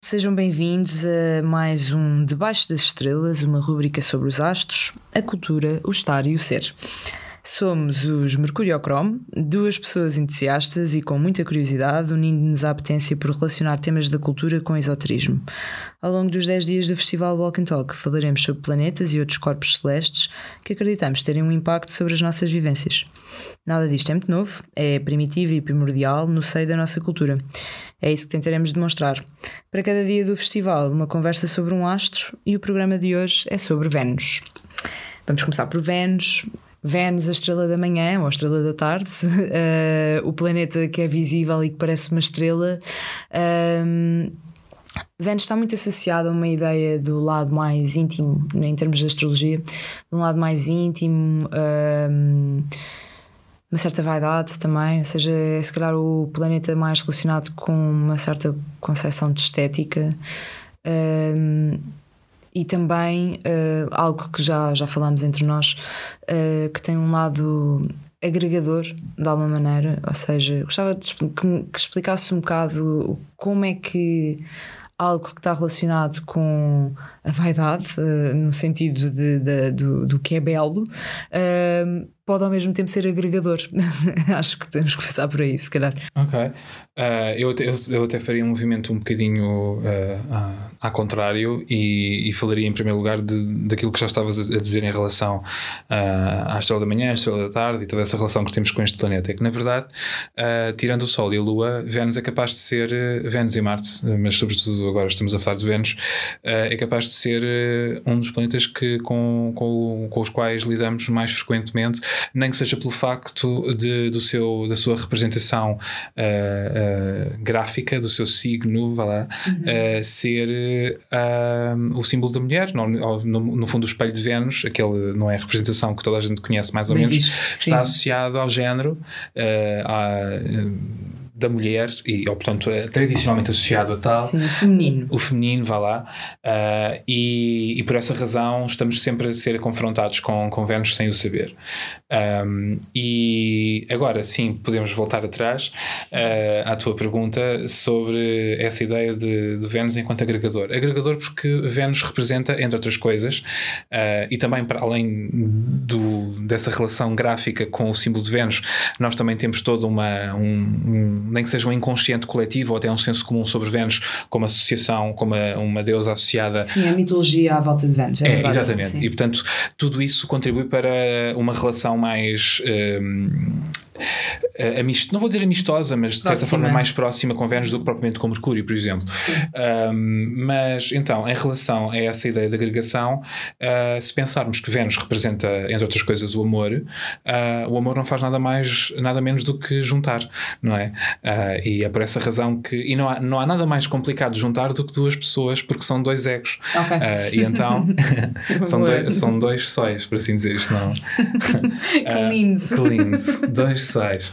Sejam bem-vindos a mais um Debaixo das Estrelas, uma rúbrica sobre os astros, a cultura, o estar e o ser. Somos os Mercuriocromo, duas pessoas entusiastas e com muita curiosidade, unindo-nos à apetência por relacionar temas da cultura com esoterismo. Ao longo dos 10 dias do Festival Walk and Talk falaremos sobre planetas e outros corpos celestes que acreditamos terem um impacto sobre as nossas vivências. Nada disto é muito novo, é primitivo e primordial no seio da nossa cultura. É isso que tentaremos demonstrar. Para cada dia do festival, uma conversa sobre um astro, e o programa de hoje é sobre Vênus. Vamos começar por Vênus. Vênus, a estrela da manhã ou a estrela da tarde, o planeta que é visível e que parece uma estrela. Vênus está muito associada a uma ideia do lado mais íntimo, em termos de astrologia, de um lado mais íntimo, uma certa vaidade também, ou seja, é se calhar o planeta mais relacionado com uma certa concepção de estética. E também algo que já falámos entre nós, que tem um lado agregador de alguma maneira, ou seja, gostava que explicasse um bocado como é que algo que está relacionado com a vaidade, no sentido do que é belo, pode ao mesmo tempo ser agregador. Acho que podemos começar por aí, se calhar. Ok. Eu até faria um movimento um bocadinho ao contrário e falaria em primeiro lugar daquilo que já estavas a dizer em relação à estrela da manhã, à estrela da tarde e toda essa relação que temos com este planeta. É que, na verdade, tirando o Sol e a Lua, Vênus é capaz de ser, Vênus e Marte, mas sobretudo agora estamos a falar de Vênus, é capaz de ser um dos planetas com os quais lidamos mais frequentemente, nem que seja pelo facto da sua representação gráfica, do seu signo, vá lá, ser o símbolo da mulher, no fundo o espelho de Vênus, aquele, não é a representação que toda a gente conhece mais ou menos, está associado ao género da mulher e, portanto, é tradicionalmente associado a tal. Sim, o feminino, vá lá. E por essa razão estamos sempre a ser confrontados com Vênus sem o saber. E agora sim, podemos voltar atrás à tua pergunta sobre essa ideia de Vênus enquanto agregador. Agregador porque Vênus representa, entre outras coisas, e também para além dessa relação gráfica com o símbolo de Vênus, nós também temos todo nem que seja um inconsciente coletivo ou até um senso comum sobre Vênus como associação, como uma deusa associada. Sim, a mitologia à volta de Vênus. É verdade, exatamente. Sim. E portanto tudo isso contribui para uma relação mais não vou dizer amistosa, mas de certa forma mais próxima com Vênus do que propriamente com Mercúrio, por exemplo. Mas então, em relação a essa ideia de agregação, se pensarmos que Vênus representa, entre outras coisas, o amor não faz nada menos do que juntar, não é? E é por essa razão que e não há nada mais complicado de juntar do que duas pessoas, porque são dois egos. E então são dois sóis, por assim dizer isto, não? Que lindo. Dois sais.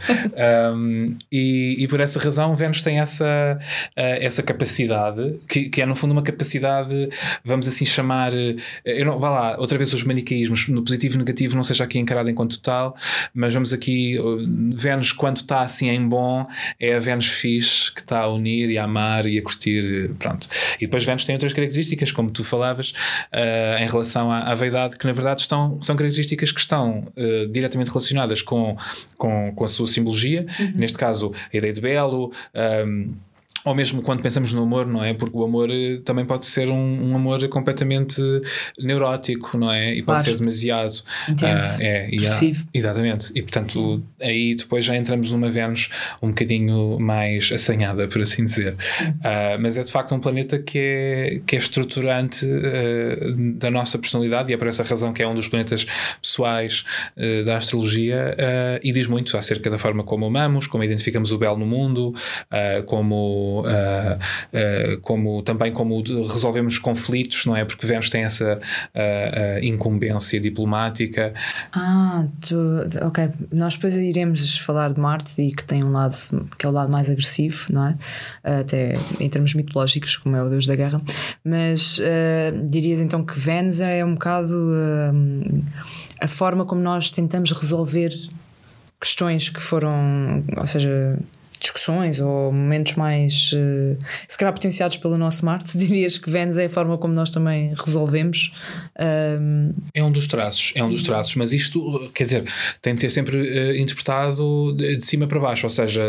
E por essa razão Vênus tem essa capacidade que é no fundo uma capacidade, vamos assim chamar, vá lá, outra vez os maniqueísmos, no positivo e negativo não seja aqui encarado enquanto tal, mas vamos aqui, Vênus quando está assim em bom é a Vênus fixe que está a unir e a amar e a curtir, pronto. E depois Vênus tem outras características, como tu falavas, em relação à vaidade, que na verdade são características que estão diretamente relacionadas com a sua simbologia, neste caso a ideia de belo, ou mesmo quando pensamos no amor, não é? Porque o amor também pode ser um amor completamente neurótico, não é? E pode ser demasiado intenso, exatamente. E portanto aí depois já entramos numa Vênus um bocadinho mais assanhada, por assim dizer. Mas é de facto um planeta que é estruturante da nossa personalidade, e é por essa razão que é um dos planetas pessoais da astrologia, e diz muito acerca da forma como amamos, como identificamos o belo no mundo, como também como resolvemos conflitos, não é? Porque Vênus tem essa incumbência diplomática. Ok. Nós depois iremos falar de Marte, e que tem um lado que é o lado mais agressivo, não é? Até em termos mitológicos, como é o deus da guerra. Mas dirias então que Vênus é um bocado a forma como nós tentamos resolver questões que foram, ou seja, discussões ou momentos mais se calhar potenciados pelo nosso Marte, dirias que Vênus é a forma como nós também resolvemos? É um dos traços, mas isto, quer dizer, tem de ser sempre interpretado de cima para baixo, ou seja,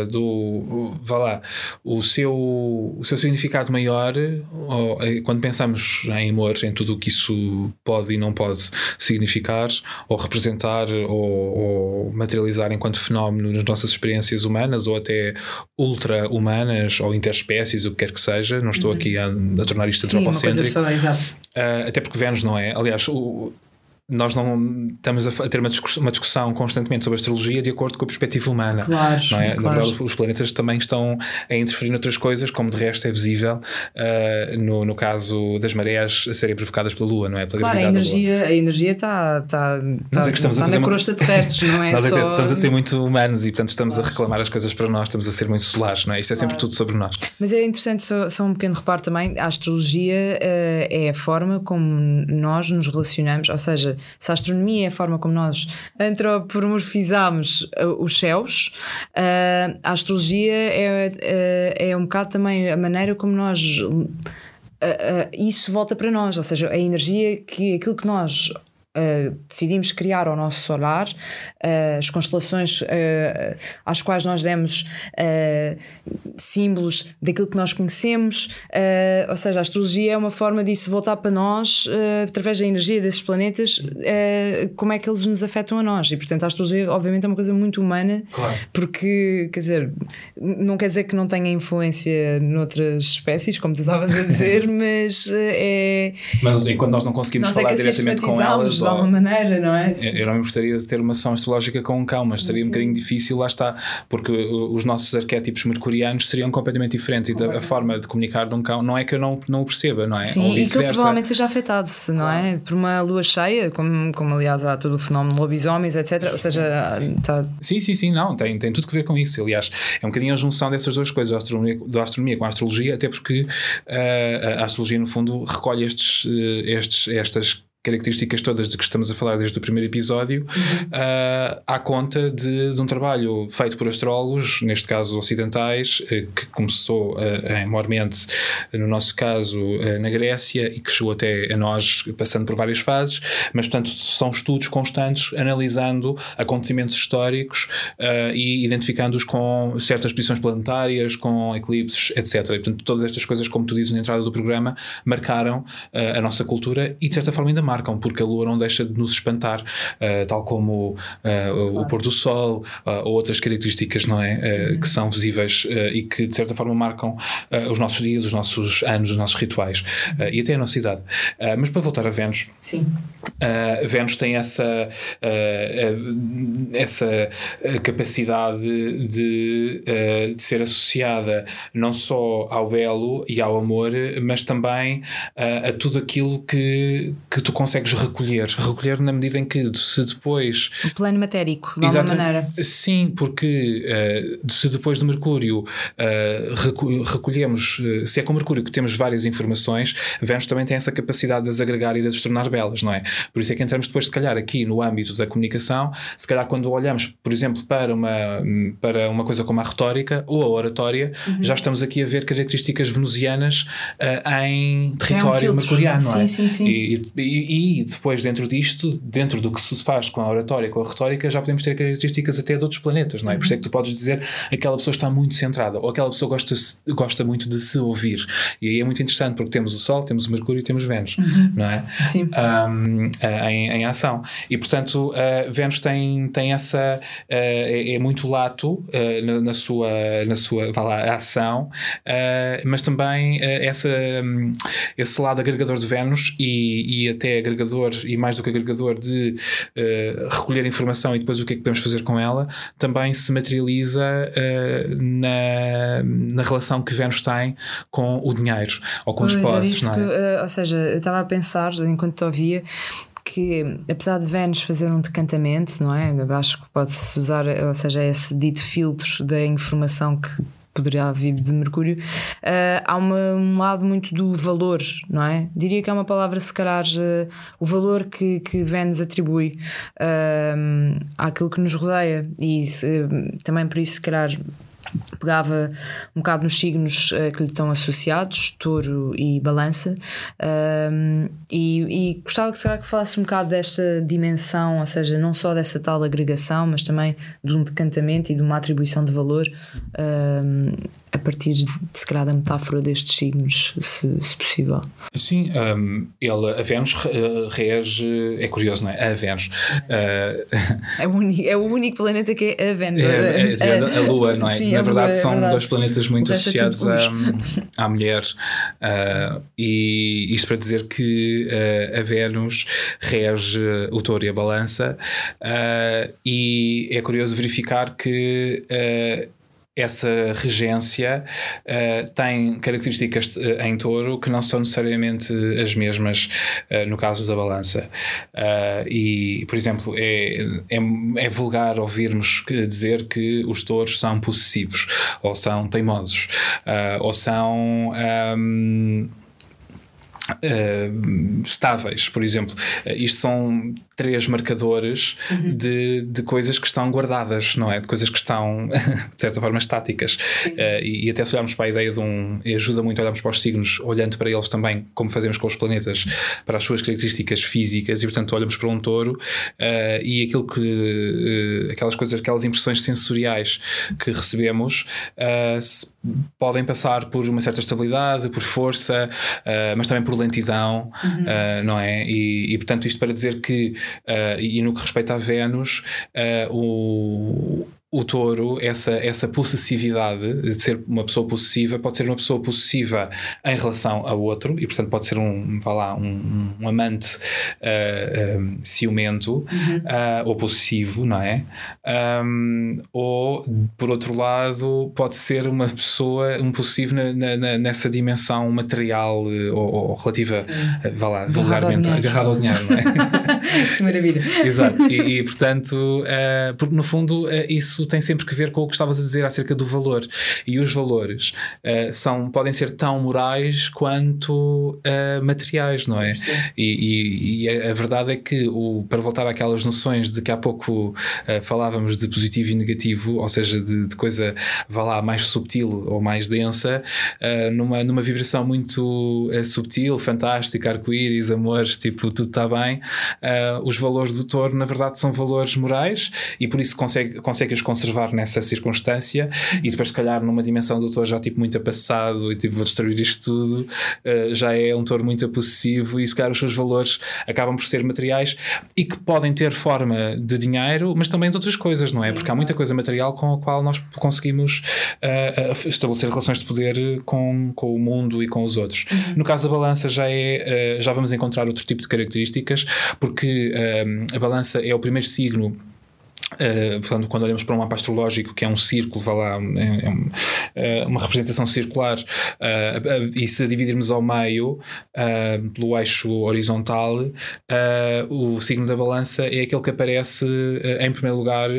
o seu significado maior, quando pensamos em amor, em tudo o que isso pode e não pode significar, ou representar, ou materializar enquanto fenómeno nas nossas experiências humanas, ou até ultra-humanas, ou interespécies, o que quer que seja. Não estou aqui a tornar isto antropocêntrico. Sim, uma coisa só, exato. Até porque Vênus não é. Aliás, nós não estamos a ter uma discussão constantemente sobre a astrologia de acordo com a perspectiva humana. Claro, não é? Claro. Na verdade, os planetas também estão a interferir noutras coisas, como de resto é visível no caso das marés a serem provocadas pela Lua, não é? Pela claro, a energia está na crosta terrestre, não é? Nós estamos a ser muito humanos e, portanto, estamos a reclamar as coisas para nós, estamos a ser muito solares, não é? Isto é sempre tudo sobre nós. Mas é interessante, só um pequeno reparo também, a astrologia é a forma como nós nos relacionamos, ou seja, se a astronomia é a forma como nós antropomorfizamos os céus, a astrologia é um bocado também a maneira como nós isso volta para nós, ou seja, a energia aquilo que nós decidimos criar ao nosso solar, as constelações às quais nós demos símbolos daquilo que nós conhecemos, ou seja, a astrologia é uma forma disso voltar para nós através da energia desses planetas, como é que eles nos afetam a nós. E portanto a astrologia obviamente é uma coisa muito humana, claro. Porque quer dizer, não quer dizer que não tenha influência noutras espécies, como tu estavas a dizer, mas enquanto nós não conseguimos falar diretamente com elas, de alguma maneira, não é? Eu não me importaria de ter uma sessão astrológica com um cão, mas seria um bocadinho difícil, lá está, porque os nossos arquétipos mercurianos seriam completamente diferentes e a forma de comunicar de um cão não é que eu não o perceba, não é? Sim, e que provavelmente seja afetado, não é? Por uma lua cheia, como aliás há todo o fenómeno de lobisomens, etc. Ou seja, sim, não, tem tudo que ver com isso. Aliás, é um bocadinho a junção dessas duas coisas, da astronomia com a astrologia, até porque a astrologia, no fundo, recolhe estas características todas de que estamos a falar desde o primeiro episódio, à conta de um trabalho feito por astrólogos, neste caso ocidentais, que começou maiormente, no nosso caso, na Grécia e que chegou até a nós, passando por várias fases, mas portanto são estudos constantes analisando acontecimentos históricos e identificando-os com certas posições planetárias, com eclipses, etc. E, portanto, todas estas coisas, como tu dizes na entrada do programa, marcaram a nossa cultura e de certa forma ainda marcam, porque a Lua não deixa de nos espantar, tal como o pôr do Sol ou outras características, não é? Que são visíveis e que de certa forma marcam os nossos dias, os nossos anos, os nossos rituais e até a nossa idade. Mas para voltar a Vênus, sim. Vênus tem essa capacidade de ser associada não só ao belo e ao amor, mas também a tudo aquilo que tu consegues recolher na medida em que se depois... O plano matérico, de alguma maneira. Sim, porque se depois de Mercúrio recolhemos, se é com Mercúrio que temos várias informações, Vênus também tem essa capacidade de as agregar e de as tornar belas, não é? Por isso é que entramos depois, se calhar, aqui no âmbito da comunicação, se calhar quando olhamos, por exemplo, para uma coisa como a retórica ou a oratória, já estamos aqui a ver características venusianas em território mercuriano, não é? Sim. E depois dentro disto, dentro do que se faz com a oratória, com a retórica, já podemos ter características até de outros planetas, não é? Por isso é que tu podes dizer que aquela pessoa está muito centrada ou aquela pessoa gosta muito de se ouvir. E aí é muito interessante porque temos o Sol, temos o Mercúrio e temos Vênus, não é? Sim. Em ação. E portanto Vênus tem essa é muito lato na sua vá lá, ação, mas também esse lado agregador de Vênus e até agregador, e mais do que agregador, de recolher informação e depois o que é que podemos fazer com ela, também se materializa na relação que Vênus tem com o dinheiro ou com os posses, não é? Ou seja, eu estava a pensar enquanto te ouvia que, apesar de Vênus fazer um decantamento, não é? Acho que pode-se usar, ou seja, esse dito filtro da informação que poderia vir de Mercúrio, há um lado muito do valor, não é? Diria que é uma palavra, se calhar, o valor que Vênus atribui àquilo que nos rodeia, e também por isso, se calhar, pegava um bocado nos signos que lhe estão associados, Touro e Balança, e gostava que, será que falasse um bocado desta dimensão, ou seja, não só dessa tal agregação, mas também de um decantamento e de uma atribuição de valor a partir de, se calhar, da metáfora destes signos, se possível. Sim, a Vênus rege, é curioso, não é? A Vênus é o único planeta que é a Vênus, a Lua, não é? Sim, na verdade Lua, são dois planetas muito associados à mulher, e isto para dizer que a Vênus rege o Touro e a Balança, e é curioso verificar que essa regência tem características em Touro que não são necessariamente as mesmas no caso da Balança. E, por exemplo, é vulgar ouvirmos dizer que os touros são possessivos, ou são teimosos, ou são estáveis, por exemplo. Isto são 3 marcadores de coisas que estão guardadas, não é? De coisas que estão, de certa forma, estáticas. E até se olharmos para a ideia de ajuda muito a olharmos para os signos, olhando para eles também, como fazemos com os planetas, para as suas características físicas, e portanto olhamos para um touro e aquilo que aquelas impressões sensoriais que recebemos podem passar por uma certa estabilidade, por força, mas também por lentidão, não é? E portanto isto para dizer que e no que respeita a Vênus, o touro, essa possessividade de ser uma pessoa possessiva, pode ser uma pessoa possessiva em relação a outro, e portanto pode ser um amante ciumento, ou possessivo, não é? Ou por outro lado pode ser uma pessoa, um possessivo nessa dimensão material ou relativa, vulgarmente agarrado ao dinheiro, não é? Que maravilha. Exato, e portanto porque no fundo isso tem sempre que ver com o que estavas a dizer acerca do valor, e os valores podem ser tão morais quanto materiais, não é? E a verdade é que para voltar àquelas noções de que há pouco falávamos de positivo e negativo, ou seja, de coisa mais subtil ou mais densa, numa vibração muito subtil, fantástica, arco-íris, amores, tipo, tudo está bem, os valores do touro na verdade são valores morais, e por isso consegue-os conservar nessa circunstância, e depois se calhar numa dimensão do touro já tipo muito passado e tipo vou destruir isto tudo, já é um touro muito possessivo, e se calhar os seus valores acabam por ser materiais e que podem ter forma de dinheiro, mas também de outras coisas, não é? Porque há muita coisa material com a qual nós conseguimos estabelecer relações de poder com o mundo e com os outros. No caso da Balança já vamos encontrar outro tipo de características, porque a Balança é o primeiro signo. Portanto, quando olhamos para um mapa astrológico que é um círculo, uma representação circular, e se dividirmos ao meio pelo eixo horizontal, o signo da Balança é aquele que aparece em primeiro lugar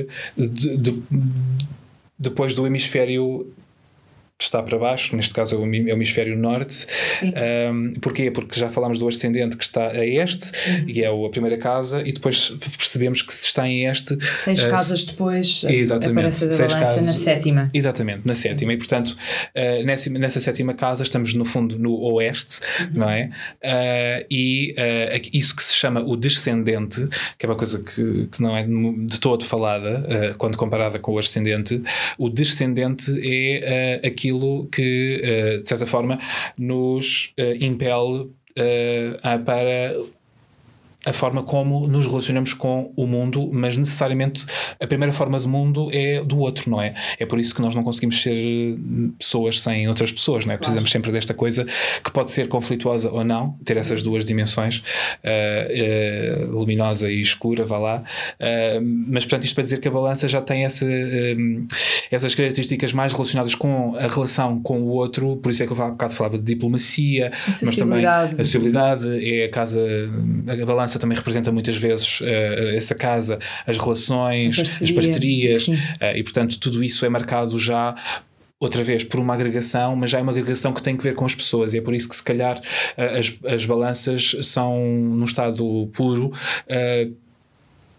depois do hemisfério que está para baixo, neste caso é o hemisfério norte. Porquê? Porque já falámos do ascendente que está a este, e é a primeira casa, e depois percebemos que se está em este 6 casas depois aparece a Balança na 7ª. Exatamente, na 7ª, e portanto nessa 7ª casa estamos no fundo no oeste, não é? E isso que se chama o descendente, que é uma coisa que não é de todo falada quando comparada com o ascendente. O descendente é aquilo que de certa forma nos impele para a forma como nos relacionamos com o mundo, mas necessariamente a primeira forma do mundo é do outro, não é? É por isso que nós não conseguimos ser pessoas sem outras pessoas, não é? Claro. Precisamos sempre desta coisa que pode ser conflituosa ou não, ter essas duas dimensões, luminosa e escura, mas portanto isto para dizer que a Balança já tem essas características mais relacionadas com a relação com o outro, por isso é que eu há bocado falava de diplomacia, mas também a sociabilidade, é a casa, a Balança também representa muitas vezes essa casa, as relações, as parcerias, e portanto tudo isso é marcado já outra vez por uma agregação, mas já é uma agregação que tem que ver com as pessoas, e é por isso que se calhar as balanças são num estado puro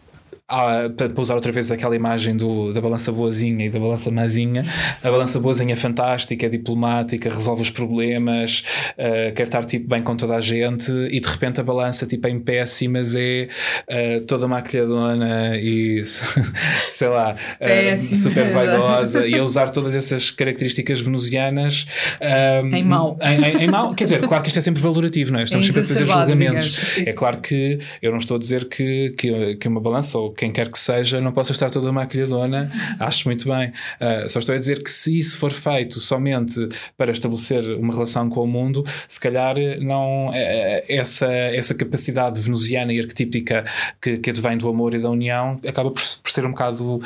para usar outra vez aquela imagem da balança boazinha e da balança mazinha, a balança boazinha é fantástica, é diplomática, resolve os problemas, quer estar tipo bem com toda a gente, e de repente a balança tipo é em péssimas, é toda maquilhadona e sei lá, super vaidosa, e a usar todas essas características venusianas em mau. Em mau, quer dizer, claro que isto é sempre valorativo, não é? Estamos sempre a fazer julgamentos. É claro que eu não estou a dizer que uma balança ou quem quer que seja não possa estar toda maquilhadona, acho muito bem. Só estou a dizer que se isso for feito somente para estabelecer uma relação com o mundo, se calhar não, essa capacidade venusiana e arquetípica que advém do amor e da união acaba por ser um bocado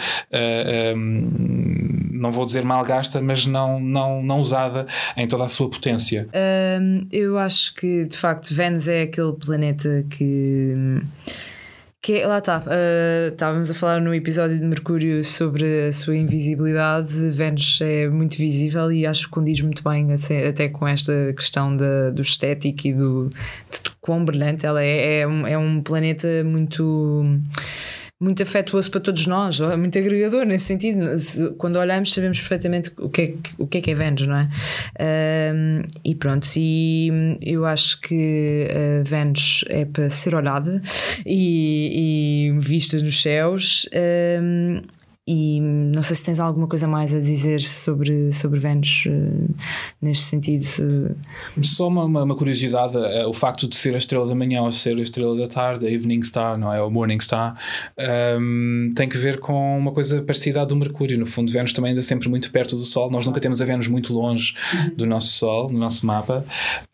não vou dizer mal gasta, mas não usada em toda a sua potência. Eu acho que de facto Vênus é aquele planeta que lá está, estávamos a falar no episódio de Mercúrio sobre a sua invisibilidade. Vênus é muito visível e acho que condiz muito bem até com esta questão do estético e de quão brilhante ela é um planeta muito afetuoso para todos nós, muito agregador nesse sentido. Quando olhamos sabemos perfeitamente o que é Vênus, não é? E pronto, e eu acho que a Vênus é para ser olhada e vista nos céus. E não sei se tens alguma coisa mais a dizer sobre Vênus neste sentido. Só uma curiosidade, o facto de ser a estrela da manhã ou ser a estrela da tarde, a Evening Star, não é? O Morning Star, tem que ver com uma coisa parecida à do Mercúrio. No fundo, Vênus também anda sempre muito perto do Sol. Nós nunca temos a Vênus muito longe do nosso Sol, do nosso mapa,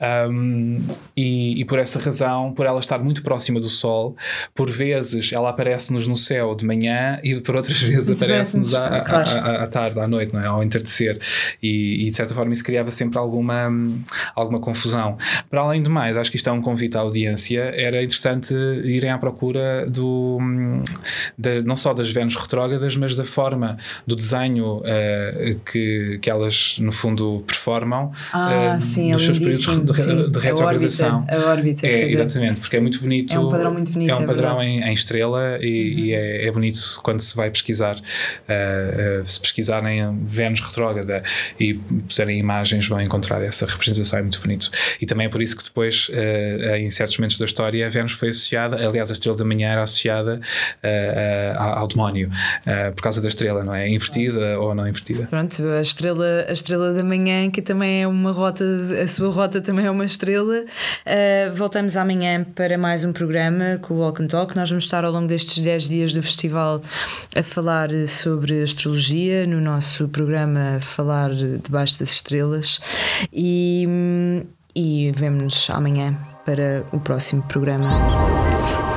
e por essa razão, por ela estar muito próxima do Sol, por vezes ela aparece-nos no céu de manhã e por outras vezes aparece-nos à tarde, à noite, não é? Ao entardecer, e de certa forma isso criava sempre alguma confusão. Para além de mais, acho que isto é um convite à audiência. Era interessante irem à procura não só das Vênus retrógradas, mas da forma do desenho que elas no fundo performam nos seus períodos de retrogradação. A órbita, exatamente, porque é muito bonito. É um padrão muito bonito. É um padrão em estrela e é bonito quando se vai pesquisar. Se pesquisarem Vênus retrógrada e puserem imagens, vão encontrar essa representação. É muito bonito. E também é por isso que depois, em certos momentos da história, a Vênus foi associada, aliás, a estrela da manhã era associada ao demónio, por causa da estrela, não é? Invertida ou não invertida. Pronto, a estrela da manhã, que também é uma rota, a sua rota também é uma estrela. Voltamos amanhã para mais um programa com o Walk and Talk. Nós vamos estar ao longo destes 10 dias do festival a falar sobre astrologia, no nosso programa a falar debaixo das estrelas, e vemo-nos amanhã para o próximo programa.